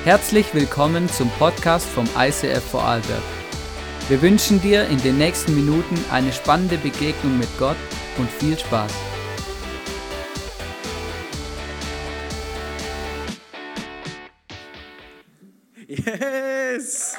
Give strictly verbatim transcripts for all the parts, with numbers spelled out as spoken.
Herzlich willkommen zum Podcast vom I C F Vorarlberg. Wir wünschen dir in den nächsten Minuten eine spannende Begegnung mit Gott und viel Spaß. Yes!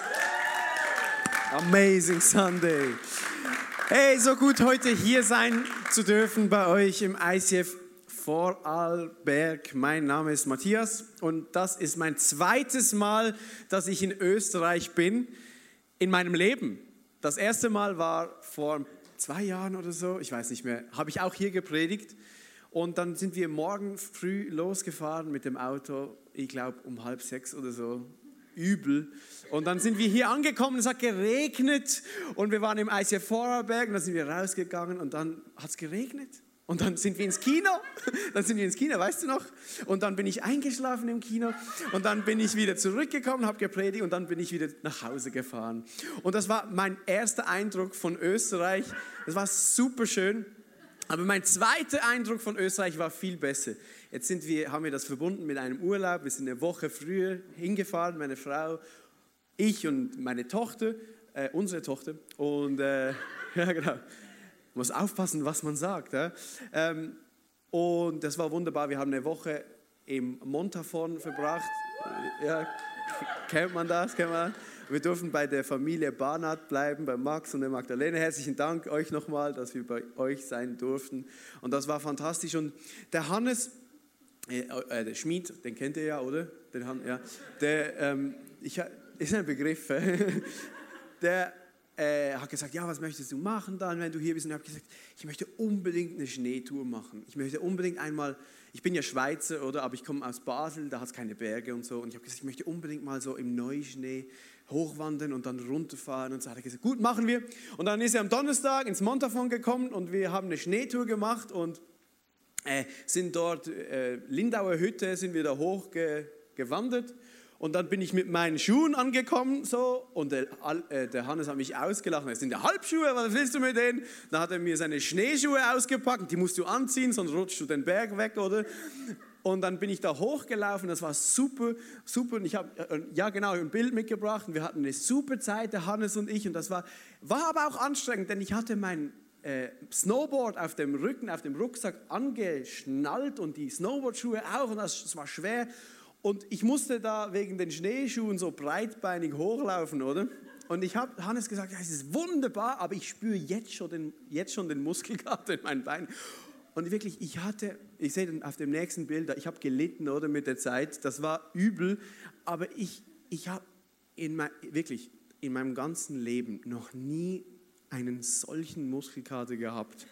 Amazing Sunday. Hey, so gut heute hier sein zu dürfen bei euch im I C F Vorarlberg. Mein Name ist Matthias und das ist mein zweites Mal, dass ich in Österreich bin in meinem Leben. Das erste Mal war vor zwei Jahren oder so, ich weiß nicht mehr, habe ich auch hier gepredigt. Und dann sind wir morgen früh losgefahren mit dem Auto, ich glaube um halb sechs oder so. Übel. Und dann sind wir hier angekommen, es hat geregnet und wir waren im I C F Vorarlberg und dann sind wir rausgegangen und dann hat es geregnet. Und dann sind wir ins Kino, dann sind wir ins Kino, weißt du noch? Und dann bin ich eingeschlafen im Kino und dann bin ich wieder zurückgekommen, habe gepredigt und dann bin ich wieder nach Hause gefahren. Und das war mein erster Eindruck von Österreich. Das war super schön. Aber mein zweiter Eindruck von Österreich war viel besser. Jetzt sind wir, haben wir das verbunden mit einem Urlaub. Wir sind eine Woche früher hingefahren, meine Frau, ich und meine Tochter, äh, unsere Tochter. Und äh, ja, genau. Man muss aufpassen, was man sagt. Ja? Ähm, und das war wunderbar. Wir haben eine Woche im Montafon verbracht. Ja, kennt man das? Kennt man das? Wir durften bei der Familie Barnard bleiben, bei Max und der Magdalene. Herzlichen Dank euch nochmal, dass wir bei euch sein durften. Und das war fantastisch. Und der Hannes, äh, äh, der Schmied, den kennt ihr ja, oder? Den Han, ja. Der ähm, ich, ist ein Begriff. der äh, hat gesagt, ja, was möchtest du machen dann, wenn du hier bist? Und ich habe gesagt, ich möchte unbedingt eine Schneetour machen. Ich möchte unbedingt einmal, ich bin ja Schweizer, oder? Aber ich komme aus Basel, da hat es keine Berge und so. Und ich habe gesagt, ich möchte unbedingt mal so im Neuschnee hochwandern und dann runterfahren. Und so hat er gesagt, gut, machen wir. Und dann ist er am Donnerstag ins Montafon gekommen und wir haben eine Schneetour gemacht und äh, sind dort, äh, Lindauer Hütte, sind wir da hochgewandert. Und dann bin ich mit meinen Schuhen angekommen so, und der, äh, der Hannes hat mich ausgelacht. Das sind ja Halbschuhe, was willst du mit denen? Dann hat er mir seine Schneeschuhe ausgepackt, die musst du anziehen, sonst rutschst du den Berg weg, oder? Und dann bin ich da hochgelaufen, das war super, super. Und ich habe, ja genau, ein Bild mitgebracht und wir hatten eine super Zeit, der Hannes und ich. Und das war, war aber auch anstrengend, denn ich hatte mein äh, Snowboard auf dem Rücken, auf dem Rucksack angeschnallt und die Snowboardschuhe auch. Und das, das war schwer. Und ich musste da wegen den Schneeschuhen so breitbeinig hochlaufen, oder? Und ich habe Hannes gesagt, ja, es ist wunderbar, aber ich spüre jetzt schon den, jetzt schon den Muskelkater in meinen Beinen. Und wirklich, ich hatte, ich sehe auf dem nächsten Bild, ich habe gelitten, oder, mit der Zeit, das war übel, aber ich, ich habe in mein, wirklich in meinem ganzen Leben noch nie einen solchen Muskelkater gehabt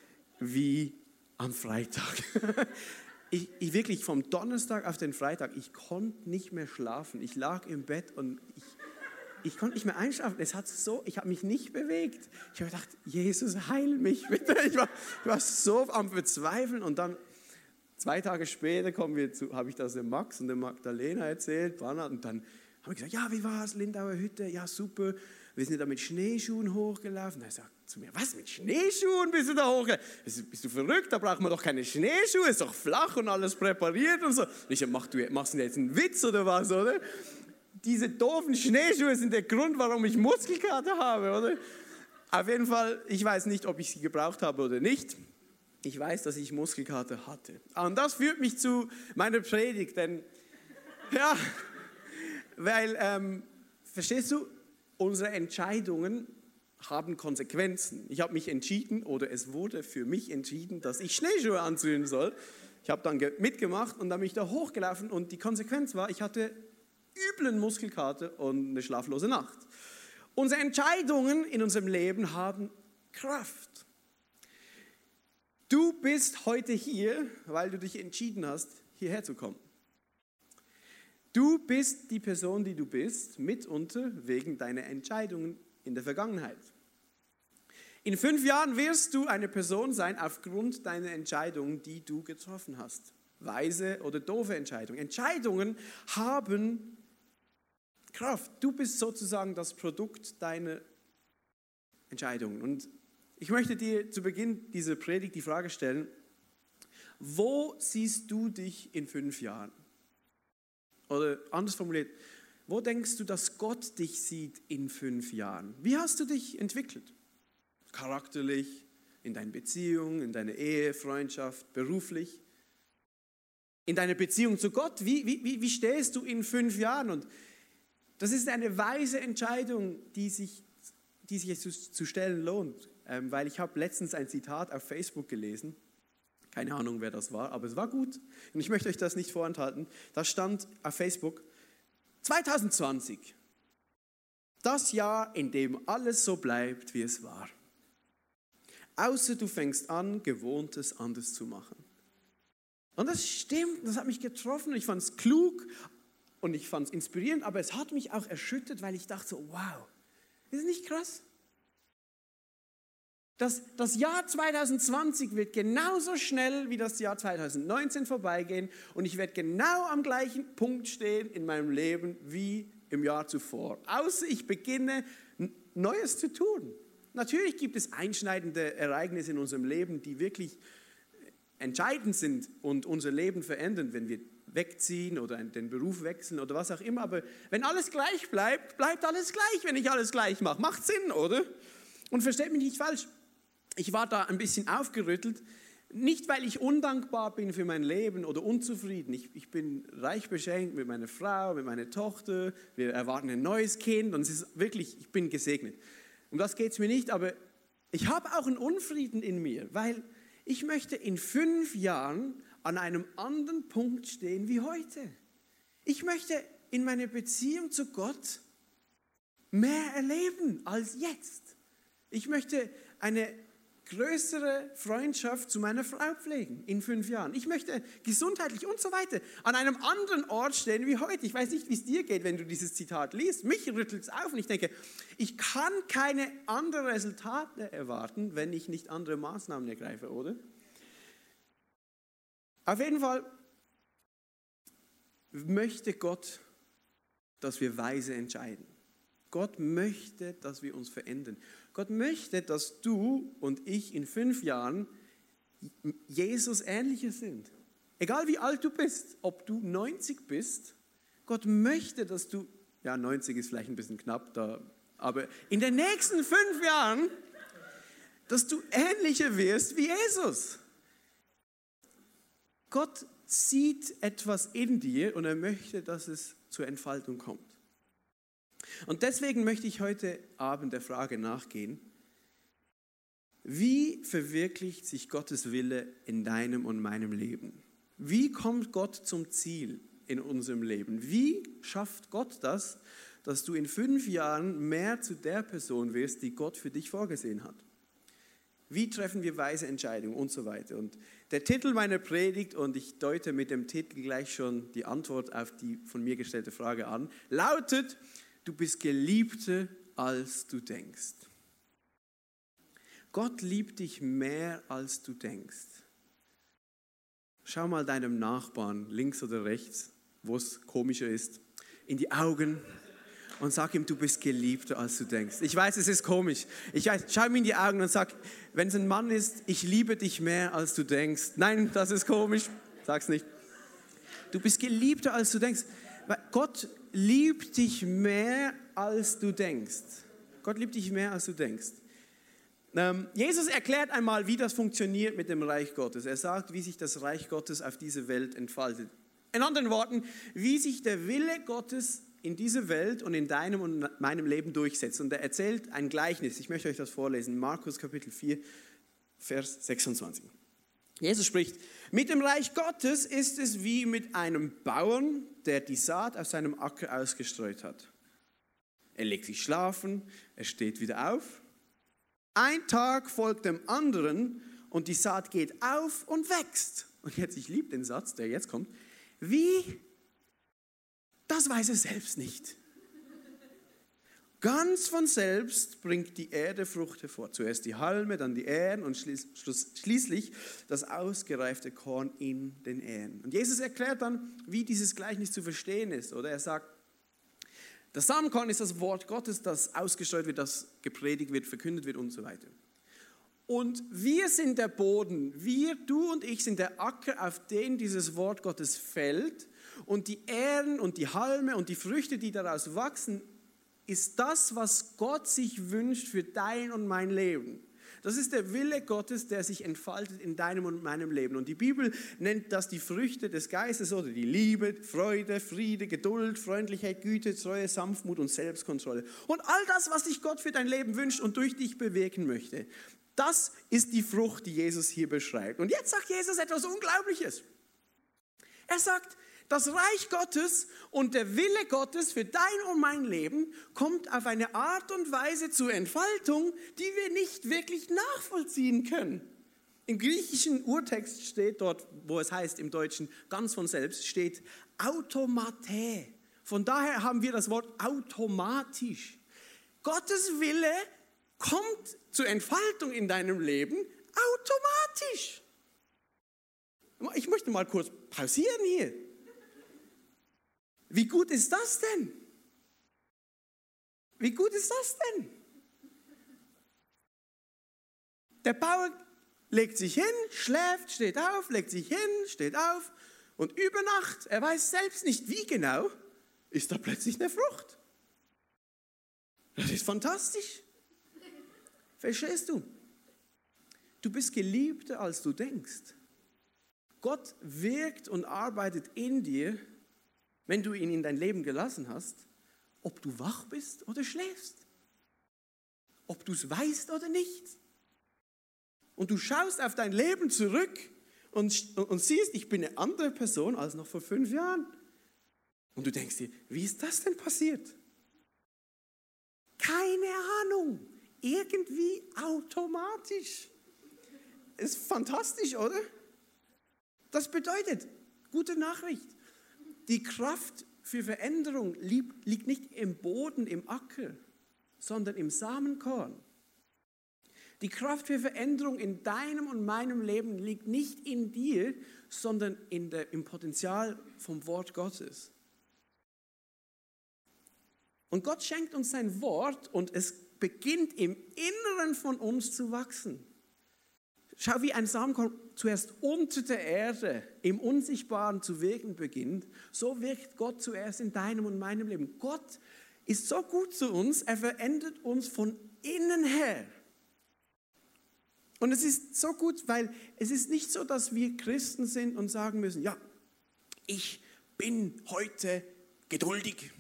wie am Freitag. Ich, ich wirklich vom Donnerstag auf den Freitag, ich konnte nicht mehr schlafen. Ich lag im Bett und ich, ich konnte nicht mehr einschlafen. Es hat so, ich habe mich nicht bewegt. Ich habe gedacht, Jesus, heil mich bitte. Ich war, ich war so am Verzweifeln und dann zwei Tage später kommen wir zu, habe ich das dem Max und der Magdalena erzählt, und dann haben wir gesagt, ja, wie war es, Lindauer Hütte? Ja, super. Wir sind da mit Schneeschuhen hochgelaufen. Er sagt zu mir, was, mit Schneeschuhen bist du da hochgelaufen? Bist, bist du verrückt? Da braucht man doch keine Schneeschuhe. Ist doch flach und alles präpariert und so. Und ich sage, mach du, machst du jetzt einen Witz oder was, oder? Diese doofen Schneeschuhe sind der Grund, warum ich Muskelkater habe, oder? Auf jeden Fall, ich weiß nicht, ob ich sie gebraucht habe oder nicht. Ich weiß, dass ich Muskelkater hatte. Und das führt mich zu meiner Predigt, denn, ja, weil, ähm, verstehst du, unsere Entscheidungen haben Konsequenzen. Ich habe mich entschieden, oder es wurde für mich entschieden, dass ich Schneeschuhe anziehen soll. Ich habe dann mitgemacht und dann bin ich da hochgelaufen und die Konsequenz war, ich hatte üblen Muskelkater und eine schlaflose Nacht. Unsere Entscheidungen in unserem Leben haben Kraft. Du bist heute hier, weil du dich entschieden hast, hierher zu kommen. Du bist die Person, die du bist, mitunter wegen deiner Entscheidungen in der Vergangenheit. In fünf Jahren wirst du eine Person sein aufgrund deiner Entscheidungen, die du getroffen hast. Weise oder doofe Entscheidungen. Entscheidungen haben Kraft. Du bist sozusagen das Produkt deiner Entscheidungen. Und ich möchte dir zu Beginn dieser Predigt die Frage stellen, wo siehst du dich in fünf Jahren? Oder anders formuliert, wo denkst du, dass Gott dich sieht in fünf Jahren? Wie hast du dich entwickelt? Charakterlich, in deiner Beziehung, in deiner Ehe, Freundschaft, beruflich? In deiner Beziehung zu Gott? Wie, wie, wie stehst du in fünf Jahren? Und das ist eine weise Entscheidung, die sich, die sich jetzt zu, zu stellen lohnt. Ähm, weil ich habe letztens ein Zitat auf Facebook gelesen. Keine Ahnung, wer das war, aber es war gut. Und ich möchte euch das nicht vorenthalten. Da stand auf Facebook, zwanzig zwanzig, das Jahr, in dem alles so bleibt, wie es war. Außer du fängst an, Gewohntes anders zu machen. Und das stimmt, das hat mich getroffen. Ich fand es klug und ich fand es inspirierend, aber es hat mich auch erschüttert, weil ich dachte so, wow, ist das nicht krass? Das, das Jahr zwanzig zwanzig wird genauso schnell wie das Jahr zwanzig neunzehn vorbeigehen und ich werde genau am gleichen Punkt stehen in meinem Leben wie im Jahr zuvor. Außer ich beginne, Neues zu tun. Natürlich gibt es einschneidende Ereignisse in unserem Leben, die wirklich entscheidend sind und unser Leben verändern, wenn wir wegziehen oder den Beruf wechseln oder was auch immer. Aber wenn alles gleich bleibt, bleibt alles gleich, wenn ich alles gleich mache. Macht Sinn, oder? Und versteht mich nicht falsch. Ich war da ein bisschen aufgerüttelt, nicht weil ich undankbar bin für mein Leben oder unzufrieden. Ich, ich bin reich beschenkt mit meiner Frau, mit meiner Tochter. Wir erwarten ein neues Kind und es ist wirklich, ich bin gesegnet. Um das geht es mir nicht, aber ich habe auch einen Unfrieden in mir, weil ich möchte in fünf Jahren an einem anderen Punkt stehen wie heute. Ich möchte in meiner Beziehung zu Gott mehr erleben als jetzt. Ich möchte eine größere Freundschaft zu meiner Frau pflegen in fünf Jahren. Ich möchte gesundheitlich und so weiter an einem anderen Ort stehen wie heute. Ich weiß nicht, wie es dir geht, wenn du dieses Zitat liest. Mich rüttelt es auf und ich denke, ich kann keine anderen Resultate erwarten, wenn ich nicht andere Maßnahmen ergreife, oder? Auf jeden Fall möchte Gott, dass wir weise entscheiden. Gott möchte, dass wir uns verändern. Gott möchte, dass du und ich in fünf Jahren Jesus ähnlicher sind. Egal wie alt du bist, ob du neunzig bist, Gott möchte, dass du, ja neunzig ist vielleicht ein bisschen knapp, da, aber in den nächsten fünf Jahren, dass du ähnlicher wirst wie Jesus. Gott sieht etwas in dir und er möchte, dass es zur Entfaltung kommt. Und deswegen möchte ich heute Abend der Frage nachgehen, wie verwirklicht sich Gottes Wille in deinem und meinem Leben? Wie kommt Gott zum Ziel in unserem Leben? Wie schafft Gott das, dass du in fünf Jahren mehr zu der Person wirst, die Gott für dich vorgesehen hat? Wie treffen wir weise Entscheidungen und so weiter? Und der Titel meiner Predigt, und ich deute mit dem Titel gleich schon die Antwort auf die von mir gestellte Frage an, lautet: Du bist geliebter, als du denkst. Gott liebt dich mehr, als du denkst. Schau mal deinem Nachbarn, links oder rechts, wo es komischer ist, in die Augen und sag ihm, du bist geliebter, als du denkst. Ich weiß, es ist komisch. Ich weiß, schau ihm in die Augen und sag, wenn es ein Mann ist, ich liebe dich mehr, als du denkst. Nein, das ist komisch. Sag's nicht. Du bist geliebter, als du denkst. Gott liebt dich mehr, als du denkst. Gott liebt dich mehr, als du denkst. Ähm, Jesus erklärt einmal, wie das funktioniert mit dem Reich Gottes. Er sagt, wie sich das Reich Gottes auf diese Welt entfaltet. In anderen Worten, wie sich der Wille Gottes in dieser Welt und in deinem und meinem Leben durchsetzt. Und er erzählt ein Gleichnis. Ich möchte euch das vorlesen. Markus Kapitel vier, Vers sechsundzwanzig. Jesus spricht: Mit dem Reich Gottes ist es wie mit einem Bauern, der die Saat auf seinem Acker ausgestreut hat. Er legt sich schlafen, er steht wieder auf. Ein Tag folgt dem anderen und die Saat geht auf und wächst. Und jetzt, ich liebe den Satz, der jetzt kommt. Wie? Das weiß er selbst nicht. Ganz von selbst bringt die Erde Frucht hervor. Zuerst die Halme, dann die Ähren und schließlich das ausgereifte Korn in den Ähren. Und Jesus erklärt dann, wie dieses Gleichnis zu verstehen ist. Oder er sagt, das Samenkorn ist das Wort Gottes, das ausgestreut wird, das gepredigt wird, verkündet wird und so weiter. Und wir sind der Boden, wir, du und ich sind der Acker, auf den dieses Wort Gottes fällt. Und die Ähren und die Halme und die Früchte, die daraus wachsen, ist das, was Gott sich wünscht für dein und mein Leben. Das ist der Wille Gottes, der sich entfaltet in deinem und meinem Leben. Und die Bibel nennt das die Früchte des Geistes oder die Liebe, Freude, Friede, Geduld, Freundlichkeit, Güte, Treue, Sanftmut und Selbstkontrolle. Und all das, was sich Gott für dein Leben wünscht und durch dich bewirken möchte, das ist die Frucht, die Jesus hier beschreibt. Und jetzt sagt Jesus etwas Unglaubliches. Er sagt, das Reich Gottes und der Wille Gottes für dein und mein Leben kommt auf eine Art und Weise zur Entfaltung, die wir nicht wirklich nachvollziehen können. Im griechischen Urtext steht dort, wo es heißt im Deutschen ganz von selbst, steht automate. Von daher haben wir das Wort automatisch. Gottes Wille kommt zur Entfaltung in deinem Leben automatisch. Ich möchte mal kurz pausieren hier. Wie gut ist das denn? Wie gut ist das denn? Der Bauer legt sich hin, schläft, steht auf, legt sich hin, steht auf und über Nacht, er weiß selbst nicht wie genau, ist da plötzlich eine Frucht. Das ist fantastisch. Verstehst du? Du bist geliebter, als du denkst. Gott wirkt und arbeitet in dir, wenn du ihn in dein Leben gelassen hast, ob du wach bist oder schläfst. Ob du es weißt oder nicht. Und du schaust auf dein Leben zurück und, und siehst, ich bin eine andere Person als noch vor fünf Jahren. Und du denkst dir, wie ist das denn passiert? Keine Ahnung. Irgendwie automatisch. Ist fantastisch, oder? Das bedeutet, gute Nachricht, die Kraft für Veränderung liegt nicht im Boden, im Acker, sondern im Samenkorn. Die Kraft für Veränderung in deinem und meinem Leben liegt nicht in dir, sondern in der, im Potenzial vom Wort Gottes. Und Gott schenkt uns sein Wort und es beginnt im Inneren von uns zu wachsen. Schau, wie ein Samenkorn zuerst unter der Erde im Unsichtbaren zu wirken beginnt, so wirkt Gott zuerst in deinem und meinem Leben. Gott ist so gut zu uns, er verändert uns von innen her. Und es ist so gut, weil es ist nicht so, dass wir Christen sind und sagen müssen, ja, ich bin heute geduldig.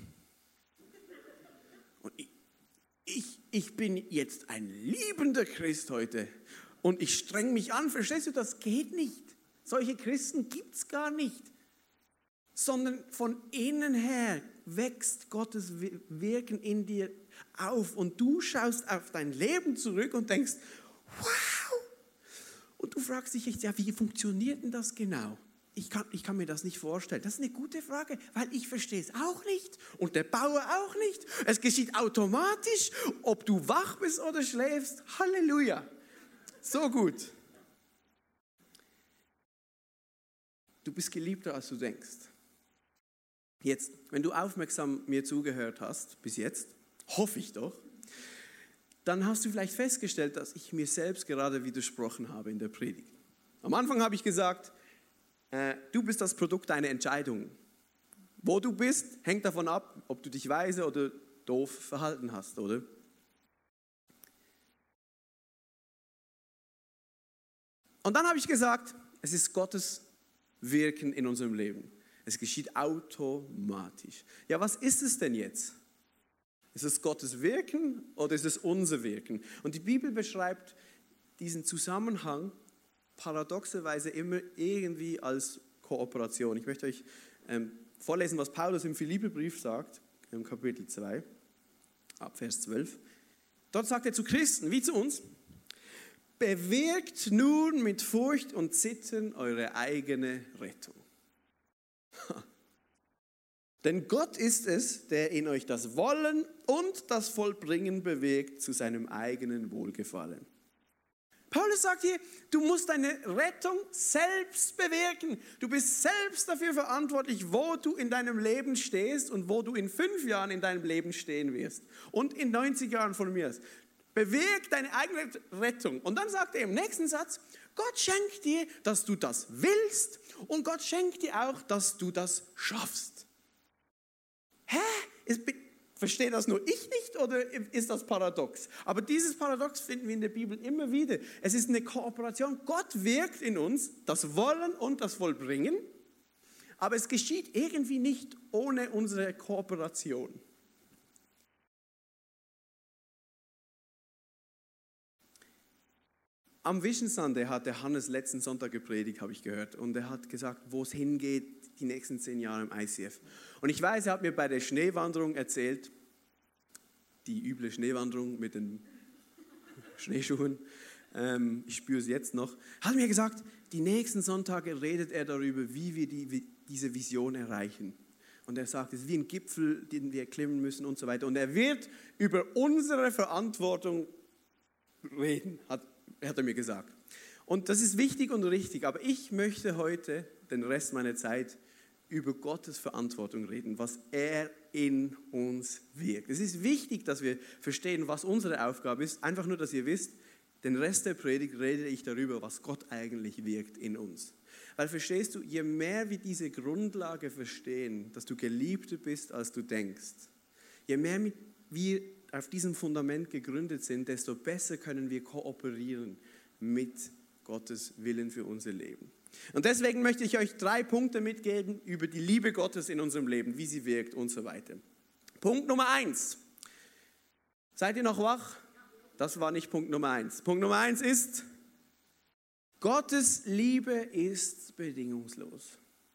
Und ich, ich, ich bin jetzt ein liebender Christ heute. Und ich streng mich an, verstehst du, das geht nicht. Solche Christen gibt es gar nicht. Sondern von innen her wächst Gottes Wirken in dir auf. Und du schaust auf dein Leben zurück und denkst, wow. Und du fragst dich jetzt, ja, wie funktioniert denn das genau? Ich kann, ich kann mir das nicht vorstellen. Das ist eine gute Frage, weil ich verstehe es auch nicht und der Bauer auch nicht. Es geschieht automatisch, ob du wach bist oder schläfst. Halleluja. So gut. Du bist geliebter, als du denkst. Jetzt, wenn du aufmerksam mir zugehört hast, bis jetzt, hoffe ich doch, dann hast du vielleicht festgestellt, dass ich mir selbst gerade widersprochen habe in der Predigt. Am Anfang habe ich gesagt, äh, du bist das Produkt deiner Entscheidungen. Wo du bist, hängt davon ab, ob du dich weise oder doof verhalten hast, oder? Und dann habe ich gesagt, es ist Gottes Wirken in unserem Leben. Es geschieht automatisch. Ja, was ist es denn jetzt? Ist es Gottes Wirken oder ist es unser Wirken? Und die Bibel beschreibt diesen Zusammenhang paradoxerweise immer irgendwie als Kooperation. Ich möchte euch ähm, vorlesen, was Paulus im Philipperbrief sagt, im Kapitel zwei, ab Vers zwölf. Dort sagt er zu Christen wie zu uns, bewirkt nun mit Furcht und Zittern eure eigene Rettung. Denn Gott ist es, der in euch das Wollen und das Vollbringen bewirkt zu seinem eigenen Wohlgefallen. Paulus sagt hier, du musst deine Rettung selbst bewirken. Du bist selbst dafür verantwortlich, wo du in deinem Leben stehst und wo du in fünf Jahren in deinem Leben stehen wirst. Und in neunzig Jahren von mir. bewirk deine eigene Rettung. Und dann sagt er im nächsten Satz, Gott schenkt dir, dass du das willst und Gott schenkt dir auch, dass du das schaffst. Hä? Ist, verstehe das nur ich nicht oder ist das paradox? Aber dieses Paradox finden wir in der Bibel immer wieder. Es ist eine Kooperation. Gott wirkt in uns das Wollen und das Vollbringen, aber es geschieht irgendwie nicht ohne unsere Kooperation. Am Vision Sunday hat der Hannes letzten Sonntag gepredigt, habe ich gehört. Und er hat gesagt, wo es hingeht, die nächsten zehn Jahre im I C F. Und ich weiß, er hat mir bei der Schneewanderung erzählt, die üble Schneewanderung mit den Schneeschuhen, ähm, ich spüre es jetzt noch, hat mir gesagt, die nächsten Sonntage redet er darüber, wie wir die, wie diese Vision erreichen. Und er sagt, es ist wie ein Gipfel, den wir erklimmen müssen und so weiter. Und er wird über unsere Verantwortung reden, hat hat er mir gesagt. Und das ist wichtig und richtig, aber ich möchte heute den Rest meiner Zeit über Gottes Verantwortung reden, was er in uns wirkt. Es ist wichtig, dass wir verstehen, was unsere Aufgabe ist. Einfach nur, dass ihr wisst, den Rest der Predigt rede ich darüber, was Gott eigentlich wirkt in uns. Weil verstehst du, je mehr wir diese Grundlage verstehen, dass du geliebter bist, als du denkst, je mehr wir auf diesem Fundament gegründet sind, desto besser können wir kooperieren mit Gottes Willen für unser Leben. Und deswegen möchte ich euch drei Punkte mitgeben über die Liebe Gottes in unserem Leben, wie sie wirkt und so weiter. Punkt Nummer eins. Seid ihr noch wach? Das war nicht Punkt Nummer eins. Punkt Nummer eins ist, Gottes Liebe ist bedingungslos.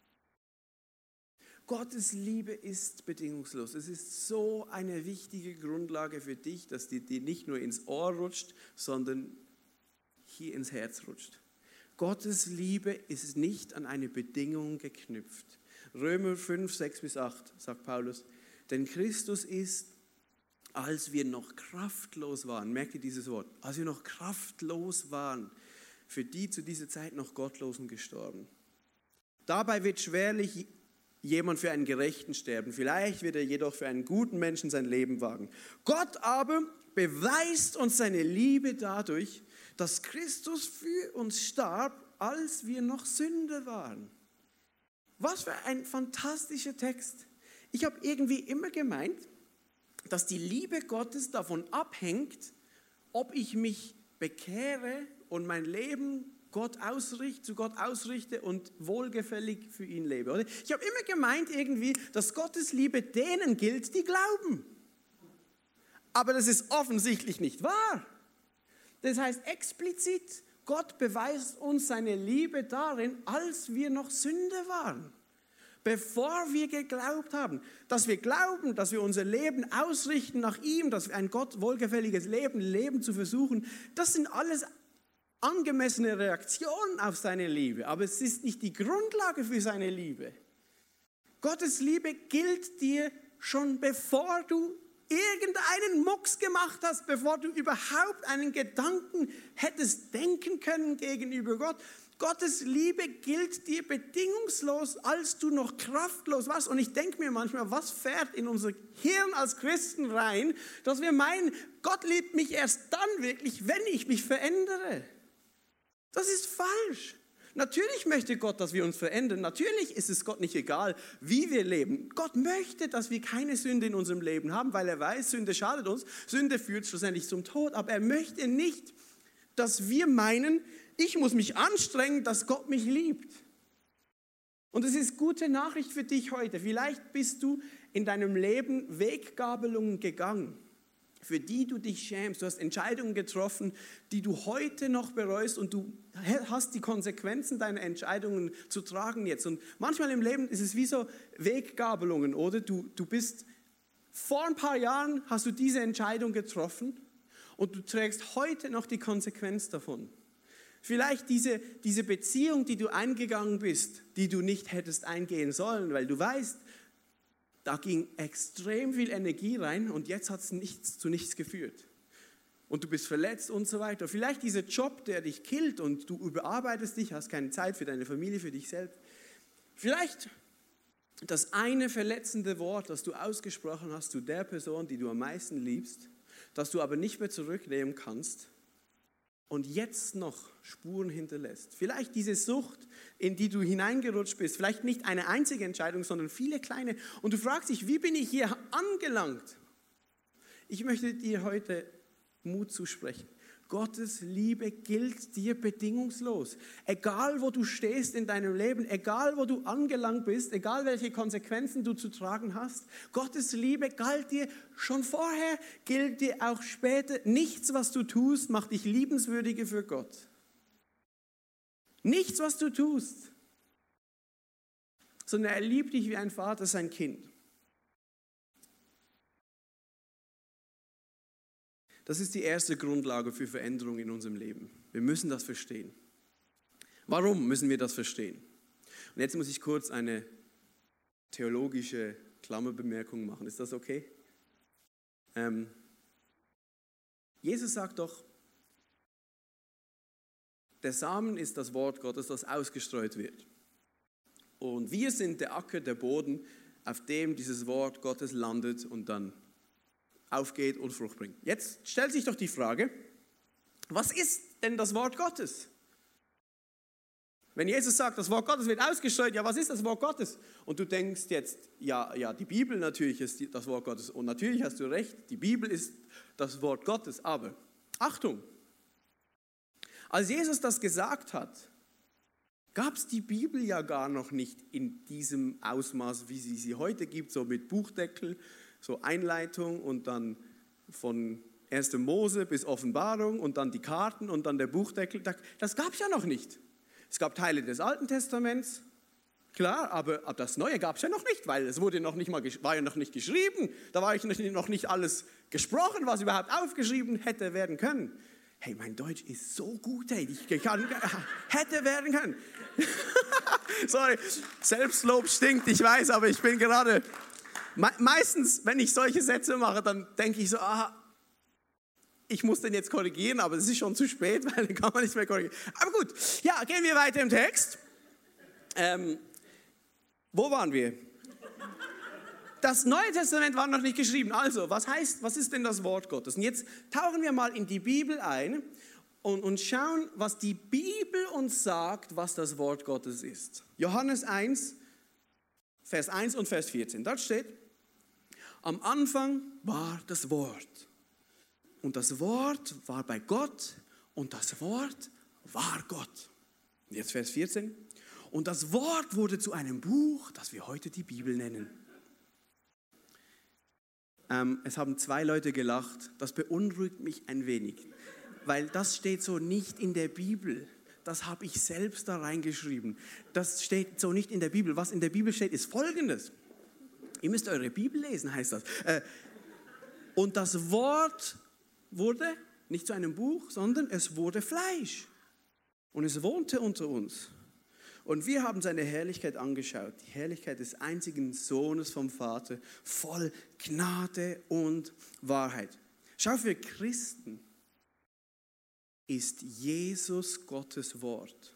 Gottes Liebe ist bedingungslos. Es ist so eine wichtige Grundlage für dich, dass die, die nicht nur ins Ohr rutscht, sondern hier ins Herz rutscht. Gottes Liebe ist nicht an eine Bedingung geknüpft. Römer fünf, sechs bis acht, sagt Paulus, denn Christus ist, als wir noch kraftlos waren, merkt ihr dieses Wort, als wir noch kraftlos waren, für die zu dieser Zeit noch Gottlosen gestorben. Dabei wird schwerlich jemand für einen Gerechten sterben. Vielleicht wird er jedoch für einen guten Menschen sein Leben wagen. Gott aber beweist uns seine Liebe dadurch, dass Christus für uns starb, als wir noch Sünder waren. Was für ein fantastischer Text. Ich habe irgendwie immer gemeint, dass die Liebe Gottes davon abhängt, ob ich mich bekehre und mein Leben Gott ausrichte, zu Gott ausrichte und wohlgefällig für ihn lebe. Oder? Ich habe immer gemeint irgendwie, dass Gottes Liebe denen gilt, die glauben. Aber das ist offensichtlich nicht wahr. Das heißt explizit, Gott beweist uns seine Liebe darin, als wir noch Sünder waren. Bevor wir geglaubt haben, dass wir glauben, dass wir unser Leben ausrichten nach ihm, dass wir ein Gott wohlgefälliges Leben leben zu versuchen, das sind alles angemessene Reaktionen auf seine Liebe, aber es ist nicht die Grundlage für seine Liebe. Gottes Liebe gilt dir schon bevor du irgendeinen Mucks gemacht hast, bevor du überhaupt einen Gedanken hättest denken können gegenüber Gott. Gottes Liebe gilt dir bedingungslos, als du noch kraftlos warst. Und ich denke mir manchmal, was fährt in unser Hirn als Christen rein, dass wir meinen, Gott liebt mich erst dann wirklich, wenn ich mich verändere. Das ist falsch. Natürlich möchte Gott, dass wir uns verändern. Natürlich ist es Gott nicht egal, wie wir leben. Gott möchte, dass wir keine Sünde in unserem Leben haben, weil er weiß, Sünde schadet uns. Sünde führt schlussendlich zum Tod. Aber er möchte nicht, dass wir meinen, ich muss mich anstrengen, dass Gott mich liebt. Und es ist gute Nachricht für dich heute. Vielleicht bist du in deinem Leben Weggabelungen gegangen, für die du dich schämst. Du hast Entscheidungen getroffen, die du heute noch bereust und du hast die Konsequenzen deiner Entscheidungen zu tragen jetzt. Und manchmal im Leben ist es wie so Weggabelungen, oder? Du, du bist, vor ein paar Jahren hast du diese Entscheidung getroffen und du trägst heute noch die Konsequenz davon. Vielleicht diese, diese Beziehung, die du eingegangen bist, die du nicht hättest eingehen sollen, weil du weißt, da ging extrem viel Energie rein und jetzt hat es nichts, zu nichts geführt. Und du bist verletzt und so weiter. Vielleicht dieser Job, der dich killt und du überarbeitest dich, hast keine Zeit für deine Familie, für dich selbst. Vielleicht das eine verletzende Wort, das du ausgesprochen hast zu der Person, die du am meisten liebst, das du aber nicht mehr zurücknehmen kannst und jetzt noch Spuren hinterlässt. Vielleicht diese Sucht, in die du hineingerutscht bist, vielleicht nicht eine einzige Entscheidung, sondern viele kleine. Und du fragst dich, wie bin ich hier angelangt? Ich möchte dir heute Mut zusprechen. Gottes Liebe gilt dir bedingungslos. Egal, wo du stehst in deinem Leben, egal, wo du angelangt bist, egal, welche Konsequenzen du zu tragen hast, Gottes Liebe galt dir schon vorher, gilt dir auch später. Nichts, was du tust, macht dich liebenswürdiger für Gott. Nichts, was du tust, sondern er liebt dich wie ein Vater sein Kind. Das ist die erste Grundlage für Veränderung in unserem Leben. Wir müssen das verstehen. Warum müssen wir das verstehen? Und jetzt muss ich kurz eine theologische Klammerbemerkung machen. Ist das okay? Ähm, Jesus sagt doch, der Samen ist das Wort Gottes, das ausgestreut wird. Und wir sind der Acker, der Boden, auf dem dieses Wort Gottes landet und dann aufgeht und Frucht bringt. Jetzt stellt sich doch die Frage, was ist denn das Wort Gottes? Wenn Jesus sagt, das Wort Gottes wird ausgestreut, ja, was ist das Wort Gottes? Und du denkst jetzt, ja, ja, die Bibel natürlich ist das Wort Gottes. Und natürlich hast du recht, die Bibel ist das Wort Gottes. Aber, Achtung, als Jesus das gesagt hat, gab es die Bibel ja gar noch nicht in diesem Ausmaß, wie sie sie heute gibt, so mit Buchdeckel, so Einleitung und dann von erster Mose bis Offenbarung und dann die Karten und dann der Buchdeckel. Das gab es ja noch nicht. Es gab Teile des Alten Testaments, klar, aber, aber das Neue gab es ja noch nicht, weil es wurde noch nicht mal, war ja noch nicht geschrieben. Da war noch nicht alles gesprochen, was überhaupt aufgeschrieben hätte werden können. Hey, mein Deutsch ist so gut, hey, ich kann, hätte werden können. Sorry, Selbstlob stinkt, ich weiß, aber ich bin gerade... Meistens, wenn ich solche Sätze mache, dann denke ich so, ah, ich muss den jetzt korrigieren, aber es ist schon zu spät, weil dann kann man nicht mehr korrigieren. Aber gut, ja, gehen wir weiter im Text. Ähm, wo waren wir? Das Neue Testament war noch nicht geschrieben. Also, was heißt, was ist denn das Wort Gottes? Und jetzt tauchen wir mal in die Bibel ein und, und schauen, was die Bibel uns sagt, was das Wort Gottes ist. Johannes eins, Vers eins und Vers vierzehn. Dort steht, am Anfang war das Wort. Und das Wort war bei Gott und das Wort war Gott. Und jetzt Vers vierzehn. Und das Wort wurde zu einem Buch, das wir heute die Bibel nennen. Ähm, es haben zwei Leute gelacht. Das beunruhigt mich ein wenig, weil das steht so nicht in der Bibel. Das habe ich selbst da reingeschrieben. Das steht so nicht in der Bibel. Was in der Bibel steht, ist Folgendes. Ihr müsst eure Bibel lesen, heißt das. Äh, und das Wort wurde nicht zu einem Buch, sondern es wurde Fleisch. Und es wohnte unter uns. Und wir haben seine Herrlichkeit angeschaut. Die Herrlichkeit des einzigen Sohnes vom Vater, voll Gnade und Wahrheit. Schau, für Christen ist Jesus Gottes Wort.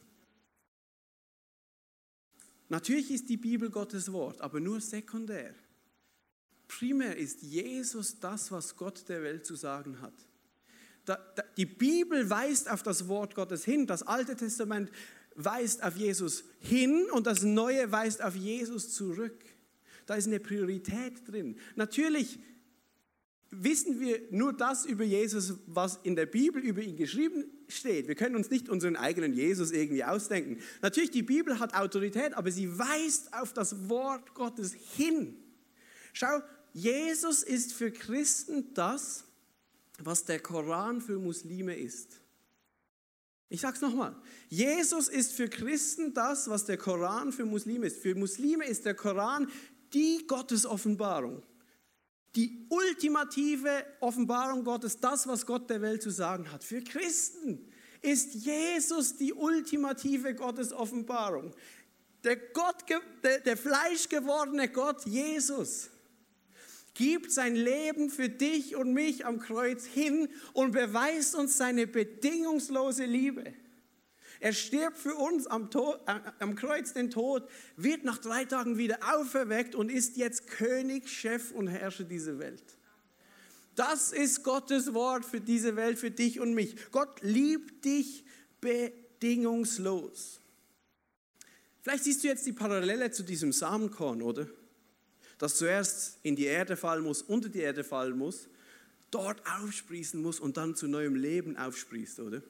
Natürlich ist die Bibel Gottes Wort, aber nur sekundär. Primär ist Jesus das, was Gott der Welt zu sagen hat. Da, da, die Bibel weist auf das Wort Gottes hin, das Alte Testament weist auf Jesus hin und das Neue weist auf Jesus zurück. Da ist eine Priorität drin. Natürlich wissen wir nur das über Jesus, was in der Bibel über ihn geschrieben steht. Wir können uns nicht unseren eigenen Jesus irgendwie ausdenken. Natürlich, die Bibel hat Autorität, aber sie weist auf das Wort Gottes hin. Schau, Jesus ist für Christen das, was der Koran für Muslime ist. Ich sage es nochmal. Jesus ist für Christen das, was der Koran für Muslime ist. Für Muslime ist der Koran die Gottesoffenbarung. Die ultimative Offenbarung Gottes, das, was Gott der Welt zu sagen hat. Für Christen ist Jesus die ultimative Gottesoffenbarung. Der, Gott, der, der fleischgewordene Gott, Jesus, gibt sein Leben für dich und mich am Kreuz hin und beweist uns seine bedingungslose Liebe. Er stirbt für uns am, Tod, äh, am Kreuz den Tod, wird nach drei Tagen wieder auferweckt und ist jetzt König, Chef und Herrscher dieser Welt. Das ist Gottes Wort für diese Welt, für dich und mich. Gott liebt dich bedingungslos. Vielleicht siehst du jetzt die Parallele zu diesem Samenkorn, oder? Das zuerst in die Erde fallen muss, unter die Erde fallen muss, dort aufsprießen muss und dann zu neuem Leben aufsprießt, oder?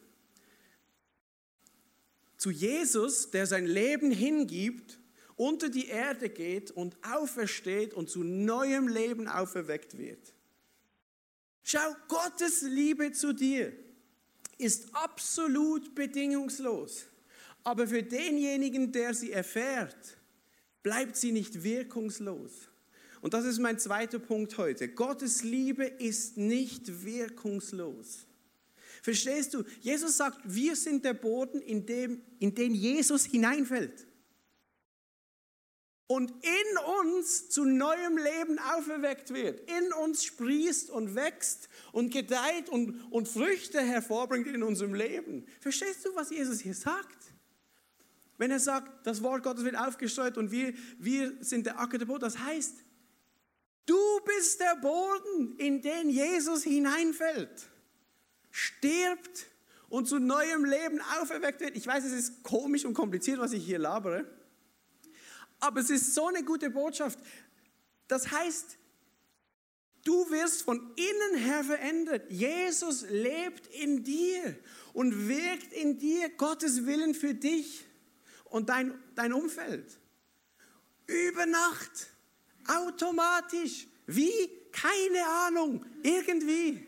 Zu Jesus, der sein Leben hingibt, unter die Erde geht und aufersteht und zu neuem Leben auferweckt wird. Schau, Gottes Liebe zu dir ist absolut bedingungslos. Aber für denjenigen, der sie erfährt, bleibt sie nicht wirkungslos. Und das ist mein zweiter Punkt heute. Gottes Liebe ist nicht wirkungslos. Verstehst du? Jesus sagt, wir sind der Boden, in, dem, in den Jesus hineinfällt. Und in uns zu neuem Leben auferweckt wird. In uns sprießt und wächst und gedeiht und, und Früchte hervorbringt in unserem Leben. Verstehst du, was Jesus hier sagt? Wenn er sagt, das Wort Gottes wird aufgestreut und wir, wir sind der Acker der Boden, das heißt, du bist der Boden, in den Jesus hineinfällt, stirbt und zu neuem Leben auferweckt wird. Ich weiß, es ist komisch und kompliziert, was ich hier labere, aber es ist so eine gute Botschaft. Das heißt, du wirst von innen her verändert. Jesus lebt in dir und wirkt in dir Gottes Willen für dich und dein, dein Umfeld. Über Nacht, automatisch, wie? Keine Ahnung, irgendwie.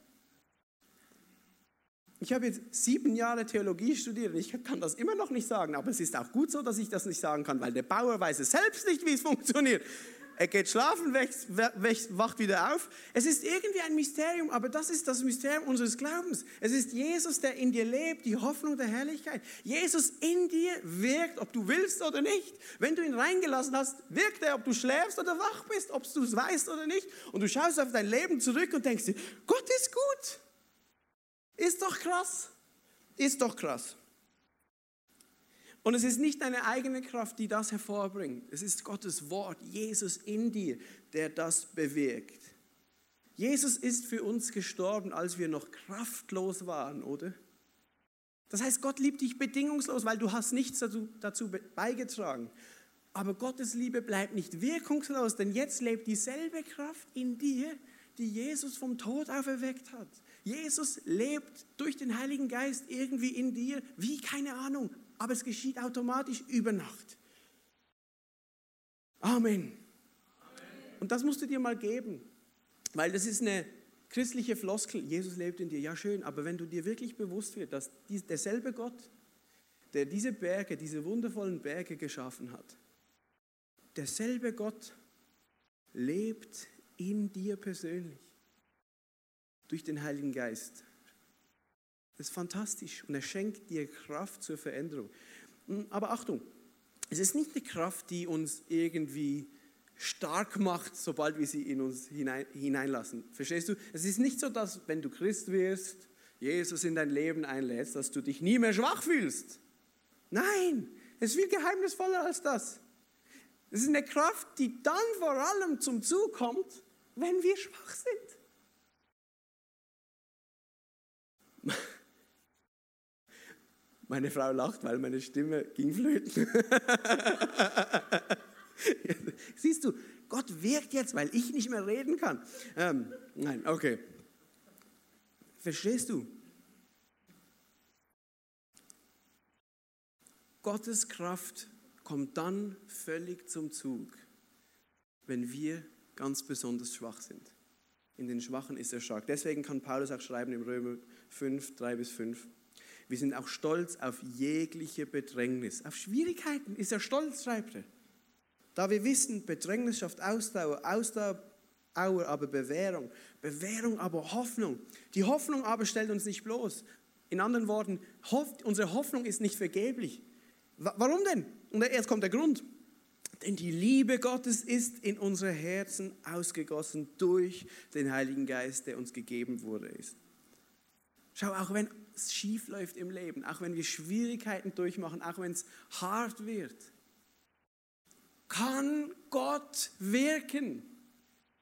Ich habe jetzt sieben Jahre Theologie studiert und ich kann das immer noch nicht sagen, aber es ist auch gut so, dass ich das nicht sagen kann, weil der Bauer weiß es selbst nicht, wie es funktioniert. Er geht schlafen, wächst, wächst, wacht wieder auf. Es ist irgendwie ein Mysterium, aber das ist das Mysterium unseres Glaubens. Es ist Jesus, der in dir lebt, die Hoffnung der Herrlichkeit. Jesus in dir wirkt, ob du willst oder nicht. Wenn du ihn reingelassen hast, wirkt er, ob du schläfst oder wach bist, ob du es weißt oder nicht. Und du schaust auf dein Leben zurück und denkst dir, Gott ist gut. Ist doch krass. Ist doch krass. Und es ist nicht deine eigene Kraft, die das hervorbringt. Es ist Gottes Wort, Jesus in dir, der das bewirkt. Jesus ist für uns gestorben, als wir noch kraftlos waren, oder? Das heißt, Gott liebt dich bedingungslos, weil du hast nichts dazu, dazu beigetragen. Aber Gottes Liebe bleibt nicht wirkungslos, denn jetzt lebt dieselbe Kraft in dir, die Jesus vom Tod auferweckt hat. Jesus lebt durch den Heiligen Geist irgendwie in dir, wie keine Ahnung. Aber es geschieht automatisch über Nacht. Amen. Amen. Und das musst du dir mal geben, weil das ist eine christliche Floskel. Jesus lebt in dir, ja schön, aber wenn du dir wirklich bewusst wird, dass dies, derselbe Gott, der diese Berge, diese wundervollen Berge geschaffen hat, derselbe Gott lebt in dir persönlich, durch den Heiligen Geist. Das ist fantastisch und er schenkt dir Kraft zur Veränderung. Aber Achtung, es ist nicht eine Kraft, die uns irgendwie stark macht, sobald wir sie in uns hinein, hineinlassen. Verstehst du? Es ist nicht so, dass wenn du Christ wirst, Jesus in dein Leben einlädst, dass du dich nie mehr schwach fühlst. Nein, es ist viel geheimnisvoller als das. Es ist eine Kraft, die dann vor allem zum Zug kommt, wenn wir schwach sind. Meine Frau lacht, weil meine Stimme ging flöten. Siehst du, Gott wirkt jetzt, weil ich nicht mehr reden kann. Ähm, nein, okay. Verstehst du? Gottes Kraft kommt dann völlig zum Zug, wenn wir ganz besonders schwach sind. In den Schwachen ist er stark. Deswegen kann Paulus auch schreiben im Römer fünf, drei bis fünf. Wir sind auch stolz auf jegliche Bedrängnis. Auf Schwierigkeiten ist er stolz, schreibt er. Da wir wissen, Bedrängnis schafft Ausdauer, Ausdauer aber Bewährung, Bewährung aber Hoffnung. Die Hoffnung aber stellt uns nicht bloß. In anderen Worten, hofft, unsere Hoffnung ist nicht vergeblich. Warum denn? Und jetzt kommt der Grund. Denn die Liebe Gottes ist in unsere Herzen ausgegossen durch den Heiligen Geist, der uns gegeben wurde. Schau, auch wenn es schief läuft im Leben, auch wenn wir Schwierigkeiten durchmachen, auch wenn es hart wird, kann Gott wirken.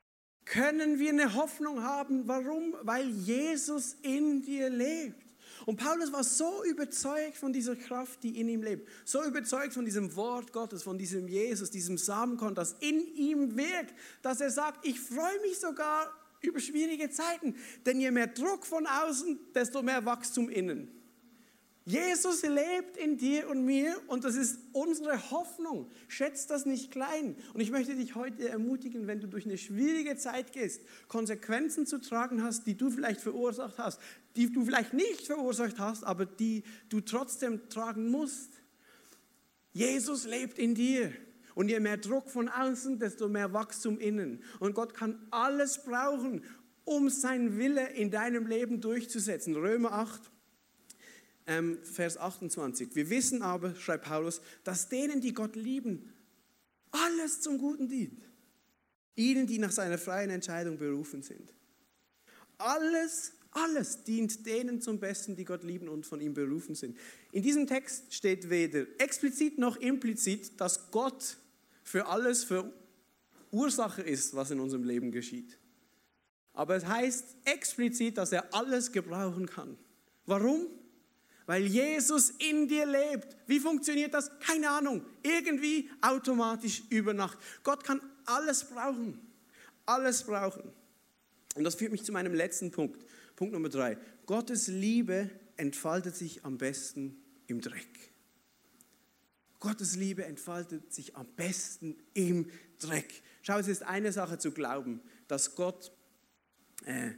können wir eine Hoffnung haben. Warum? Weil Jesus in dir lebt. Und Paulus war so überzeugt von dieser Kraft, die in ihm lebt. So überzeugt von diesem Wort Gottes, von diesem Jesus, diesem Samenkorn, das in ihm wirkt, dass er sagt, ich freue mich sogar über schwierige Zeiten. Denn je mehr Druck von außen, desto mehr Wachstum innen. Jesus lebt in dir und mir und das ist unsere Hoffnung. Schätzt das nicht klein. Und ich möchte dich heute ermutigen, wenn du durch eine schwierige Zeit gehst, Konsequenzen zu tragen hast, die du vielleicht verursacht hast, die du vielleicht nicht verursacht hast, aber die du trotzdem tragen musst. Jesus lebt in dir. Und je mehr Druck von außen, desto mehr Wachstum innen. Und Gott kann alles brauchen, um seinen Wille in deinem Leben durchzusetzen. Römer acht. Vers achtundzwanzig. Wir wissen aber, schreibt Paulus, dass denen, die Gott lieben, alles zum Guten dient. Ihnen, die nach seiner freien Entscheidung berufen sind. Alles, alles dient denen zum Besten, die Gott lieben und von ihm berufen sind. In diesem Text steht weder explizit noch implizit, dass Gott für alles Verursacher ist, was in unserem Leben geschieht. Aber es heißt explizit, dass er alles gebrauchen kann. Warum? Weil Jesus in dir lebt. Wie funktioniert das? Keine Ahnung. Irgendwie automatisch über Nacht. Gott kann alles brauchen. Alles brauchen. Und das führt mich zu meinem letzten Punkt. Punkt Nummer drei. Gottes Liebe entfaltet sich am besten im Dreck. Gottes Liebe entfaltet sich am besten im Dreck. Schau, es ist eine Sache zu glauben, dass Gott äh,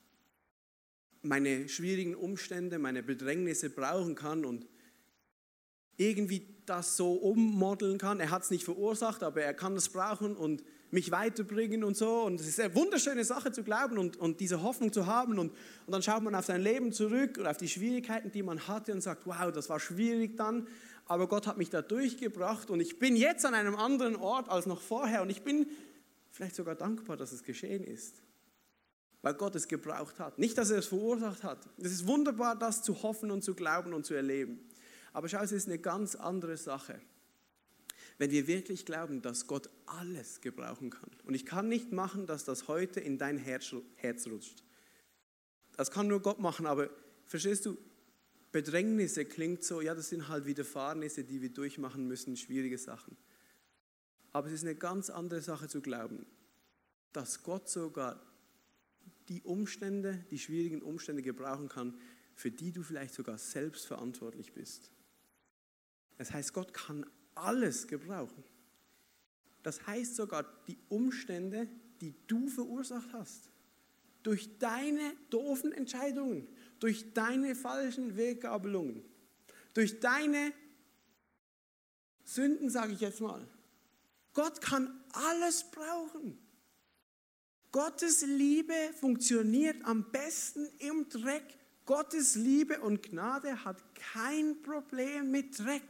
meine schwierigen Umstände, meine Bedrängnisse brauchen kann und irgendwie das so ummodeln kann. Er hat es nicht verursacht, aber er kann es brauchen und mich weiterbringen und so. Und es ist eine wunderschöne Sache zu glauben und, und diese Hoffnung zu haben. Und, und dann schaut man auf sein Leben zurück und auf die Schwierigkeiten, die man hatte und sagt, wow, das war schwierig dann, aber Gott hat mich da durchgebracht und ich bin jetzt an einem anderen Ort als noch vorher und ich bin vielleicht sogar dankbar, dass es geschehen ist. Weil Gott es gebraucht hat. Nicht, dass er es verursacht hat. Es ist wunderbar, das zu hoffen und zu glauben und zu erleben. Aber schau, es ist eine ganz andere Sache. Wenn wir wirklich glauben, dass Gott alles gebrauchen kann. Und ich kann nicht machen, dass das heute in dein Herz, Herz rutscht. Das kann nur Gott machen, aber verstehst du, Bedrängnisse klingt so, ja, das sind halt Widerfahrnisse, die wir durchmachen müssen, schwierige Sachen. Aber es ist eine ganz andere Sache zu glauben, dass Gott sogar die Umstände, die schwierigen Umstände gebrauchen kann, für die du vielleicht sogar selbst verantwortlich bist. Das heißt, Gott kann alles gebrauchen. Das heißt sogar die Umstände, die du verursacht hast. Durch deine doofen Entscheidungen, durch deine falschen Weggabelungen, durch deine Sünden, sage ich jetzt mal. Gott kann alles brauchen. Gottes Liebe funktioniert am besten im Dreck. Gottes Liebe und Gnade hat kein Problem mit Dreck.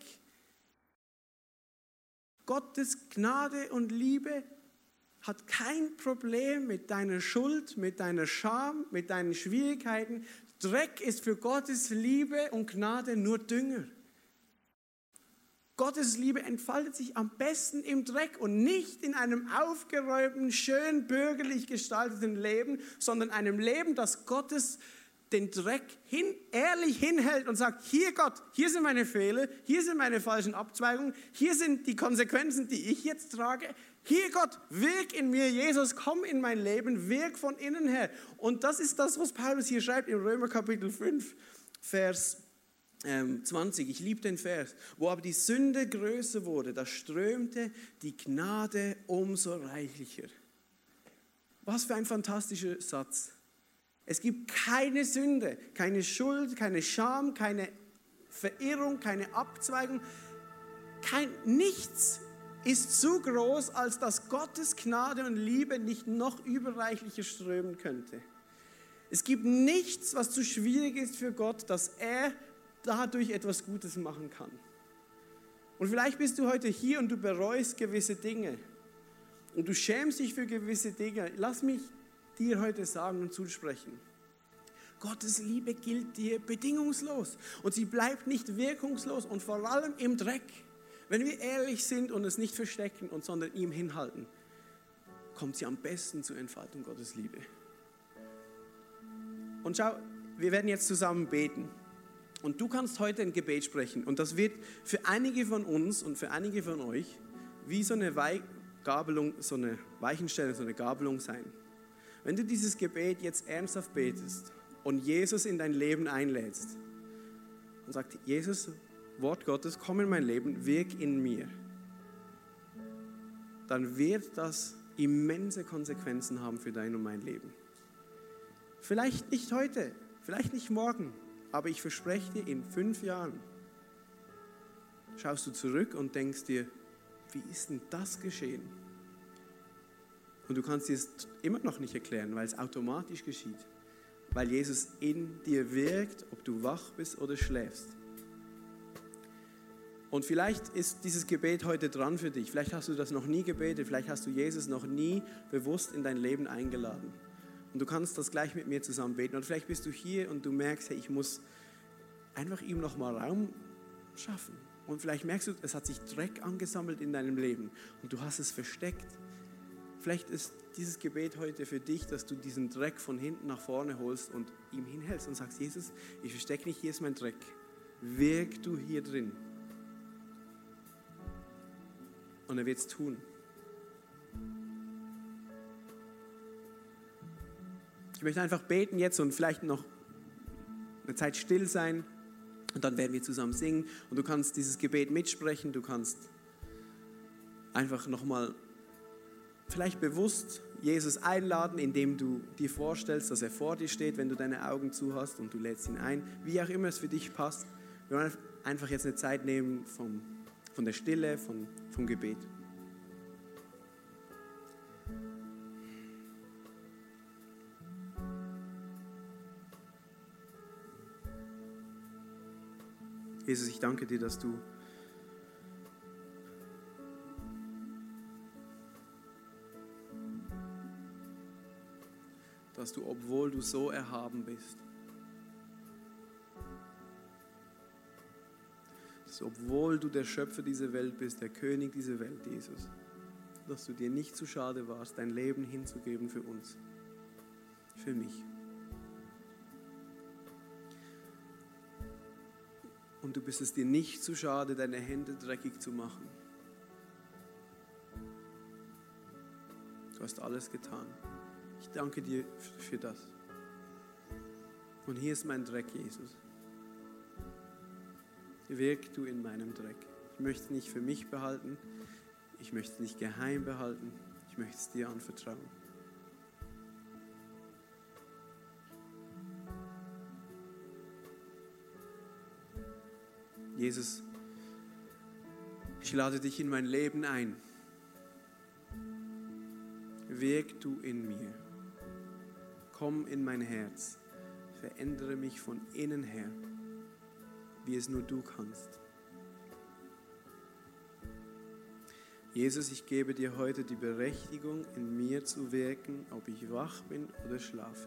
Gottes Gnade und Liebe hat kein Problem mit deiner Schuld, mit deiner Scham, mit deinen Schwierigkeiten. Dreck ist für Gottes Liebe und Gnade nur Dünger. Gottes Liebe entfaltet sich am besten im Dreck und nicht in einem aufgeräumten, schön bürgerlich gestalteten Leben, sondern einem Leben, das Gottes den Dreck hin, ehrlich hinhält und sagt, hier Gott, hier sind meine Fehler, hier sind meine falschen Abzweigungen, hier sind die Konsequenzen, die ich jetzt trage. Hier Gott, wirk in mir, Jesus, komm in mein Leben, wirk von innen her. Und das ist das, was Paulus hier schreibt im Römer Kapitel fünf, Vers zwanzig, ich liebe den Vers, wo aber die Sünde größer wurde, da strömte die Gnade umso reichlicher. Was für ein fantastischer Satz. Es gibt keine Sünde, keine Schuld, keine Scham, keine Verirrung, keine Abzweigung, kein, nichts ist so groß, als dass Gottes Gnade und Liebe nicht noch überreichlicher strömen könnte. Es gibt nichts, was zu schwierig ist für Gott, dass er dadurch etwas Gutes machen kann. Und vielleicht bist du heute hier und du bereust gewisse Dinge und du schämst dich für gewisse Dinge. Lass mich dir heute sagen und zusprechen. Gottes Liebe gilt dir bedingungslos und sie bleibt nicht wirkungslos und vor allem im Dreck, wenn wir ehrlich sind und es nicht verstecken und sondern ihm hinhalten. kommt sie am besten zur Entfaltung Gottes Liebe. Und schau, wir werden jetzt zusammen beten. Und du kannst heute ein Gebet sprechen. Und das wird für einige von uns und für einige von euch wie so eine Gabelung, so eine Weichenstellung, so eine Gabelung sein. Wenn du dieses Gebet jetzt ernsthaft betest und Jesus in dein Leben einlädst und sagst, Jesus, Wort Gottes, komm in mein Leben, wirk in mir, dann wird das immense Konsequenzen haben für dein und mein Leben. Vielleicht nicht heute, vielleicht nicht morgen, aber ich verspreche dir, in fünf Jahren schaust du zurück und denkst dir, wie ist denn das geschehen? Und du kannst dir es immer noch nicht erklären, weil es automatisch geschieht. Weil Jesus in dir wirkt, ob du wach bist oder schläfst. Und vielleicht ist dieses Gebet heute dran für dich. Vielleicht hast du das noch nie gebetet. Vielleicht hast du Jesus noch nie bewusst in dein Leben eingeladen. Und du kannst das gleich mit mir zusammen beten. Und vielleicht bist du hier und du merkst, hey, ich muss einfach ihm nochmal Raum schaffen. Und vielleicht merkst du, es hat sich Dreck angesammelt in deinem Leben und du hast es versteckt. Vielleicht ist dieses Gebet heute für dich, dass du diesen Dreck von hinten nach vorne holst und ihm hinhältst und sagst, Jesus, ich verstecke nicht, hier ist mein Dreck. Wirk du hier drin. Und er wird es tun. Ich möchte einfach beten jetzt und vielleicht noch eine Zeit still sein und dann werden wir zusammen singen und du kannst dieses Gebet mitsprechen, du kannst einfach nochmal vielleicht bewusst Jesus einladen, indem du dir vorstellst, dass er vor dir steht, wenn du deine Augen zu hast und du lädst ihn ein, wie auch immer es für dich passt. Wir wollen einfach jetzt eine Zeit nehmen vom, von der Stille, vom, vom Gebet. Jesus, ich danke dir, dass du dass du, obwohl du so erhaben bist, dass obwohl du der Schöpfer dieser Welt bist, der König dieser Welt, Jesus, dass du dir nicht zu schade warst, dein Leben hinzugeben für uns, für mich. Und du bist es dir nicht zu schade, deine Hände dreckig zu machen. Du hast alles getan. Ich danke dir für das. Und hier ist mein Dreck, Jesus. Wirk du in meinem Dreck. Ich möchte es nicht für mich behalten. Ich möchte es nicht geheim behalten. Ich möchte es dir anvertrauen. Jesus, ich lade dich in mein Leben ein. Wirk du in mir. Komm in mein Herz. Verändere mich von innen her, wie es nur du kannst. Jesus, ich gebe dir heute die Berechtigung, in mir zu wirken, ob ich wach bin oder schlafe.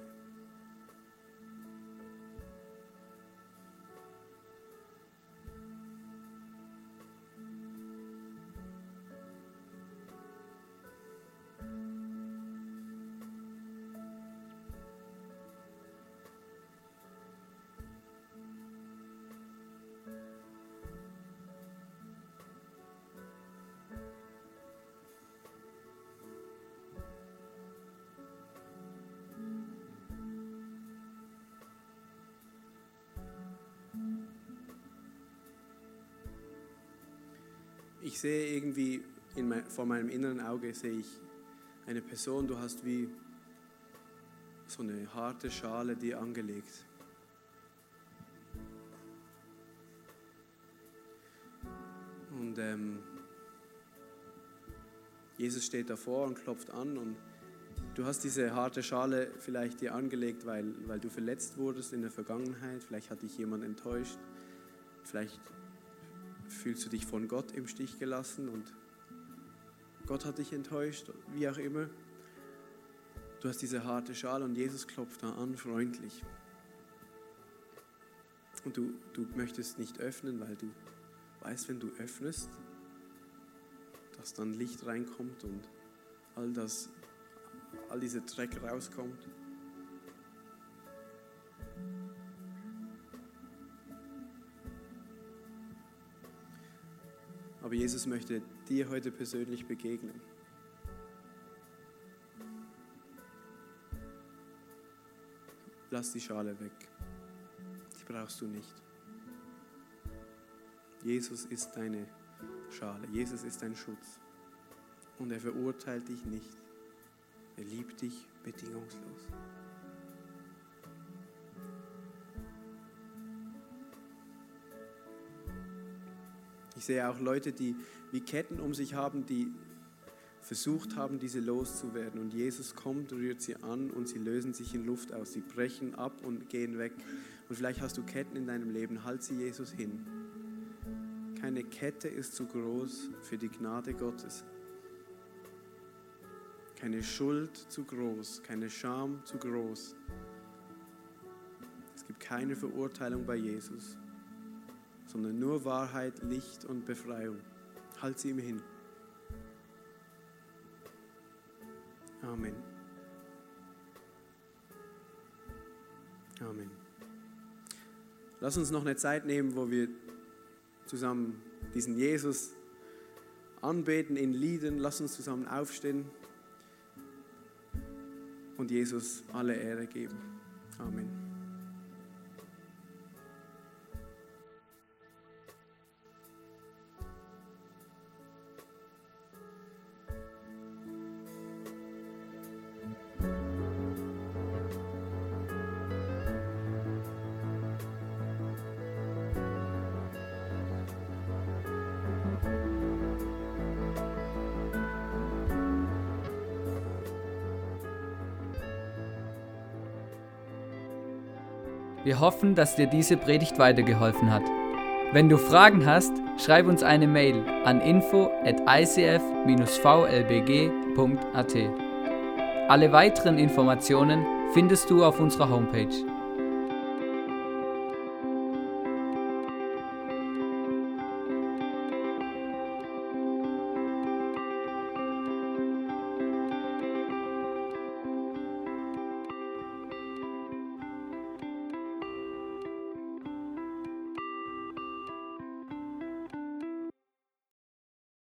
Ich sehe irgendwie, in mein, vor meinem inneren Auge sehe ich eine Person, du hast wie so eine harte Schale dir angelegt. Und ähm, Jesus steht davor und klopft an und du hast diese harte Schale vielleicht dir angelegt, weil, weil du verletzt wurdest in der Vergangenheit, vielleicht hat dich jemand enttäuscht, vielleicht fühlst du dich von Gott im Stich gelassen und Gott hat dich enttäuscht, wie auch immer. Du hast diese harte Schale und Jesus klopft da an, freundlich. Und du, du möchtest nicht öffnen, weil du weißt, wenn du öffnest, dass dann Licht reinkommt und all das all dieser Dreck rauskommt. Aber Jesus möchte dir heute persönlich begegnen. Lass die Schale weg. Die brauchst du nicht. Jesus ist deine Schale. Jesus ist dein Schutz. Und er verurteilt dich nicht. Er liebt dich bedingungslos. Ich sehe auch Leute, die wie Ketten um sich haben, die versucht haben, diese loszuwerden. Und Jesus kommt, rührt sie an und sie lösen sich in Luft aus. Sie brechen ab und gehen weg. Und vielleicht hast du Ketten in deinem Leben, halt sie Jesus hin. Keine Kette ist zu groß für die Gnade Gottes. Keine Schuld zu groß, keine Scham zu groß. Es gibt keine Verurteilung bei Jesus, sondern nur Wahrheit, Licht und Befreiung. Halt sie ihm hin. Amen. Amen. Lass uns noch eine Zeit nehmen, wo wir zusammen diesen Jesus anbeten in Liedern. Lass uns zusammen aufstehen und Jesus alle Ehre geben. Amen. Wir hoffen, dass dir diese Predigt weitergeholfen hat. Wenn du Fragen hast, schreib uns eine Mail an info at i c f dash v l b g punkt a t. Alle weiteren Informationen findest du auf unserer Homepage.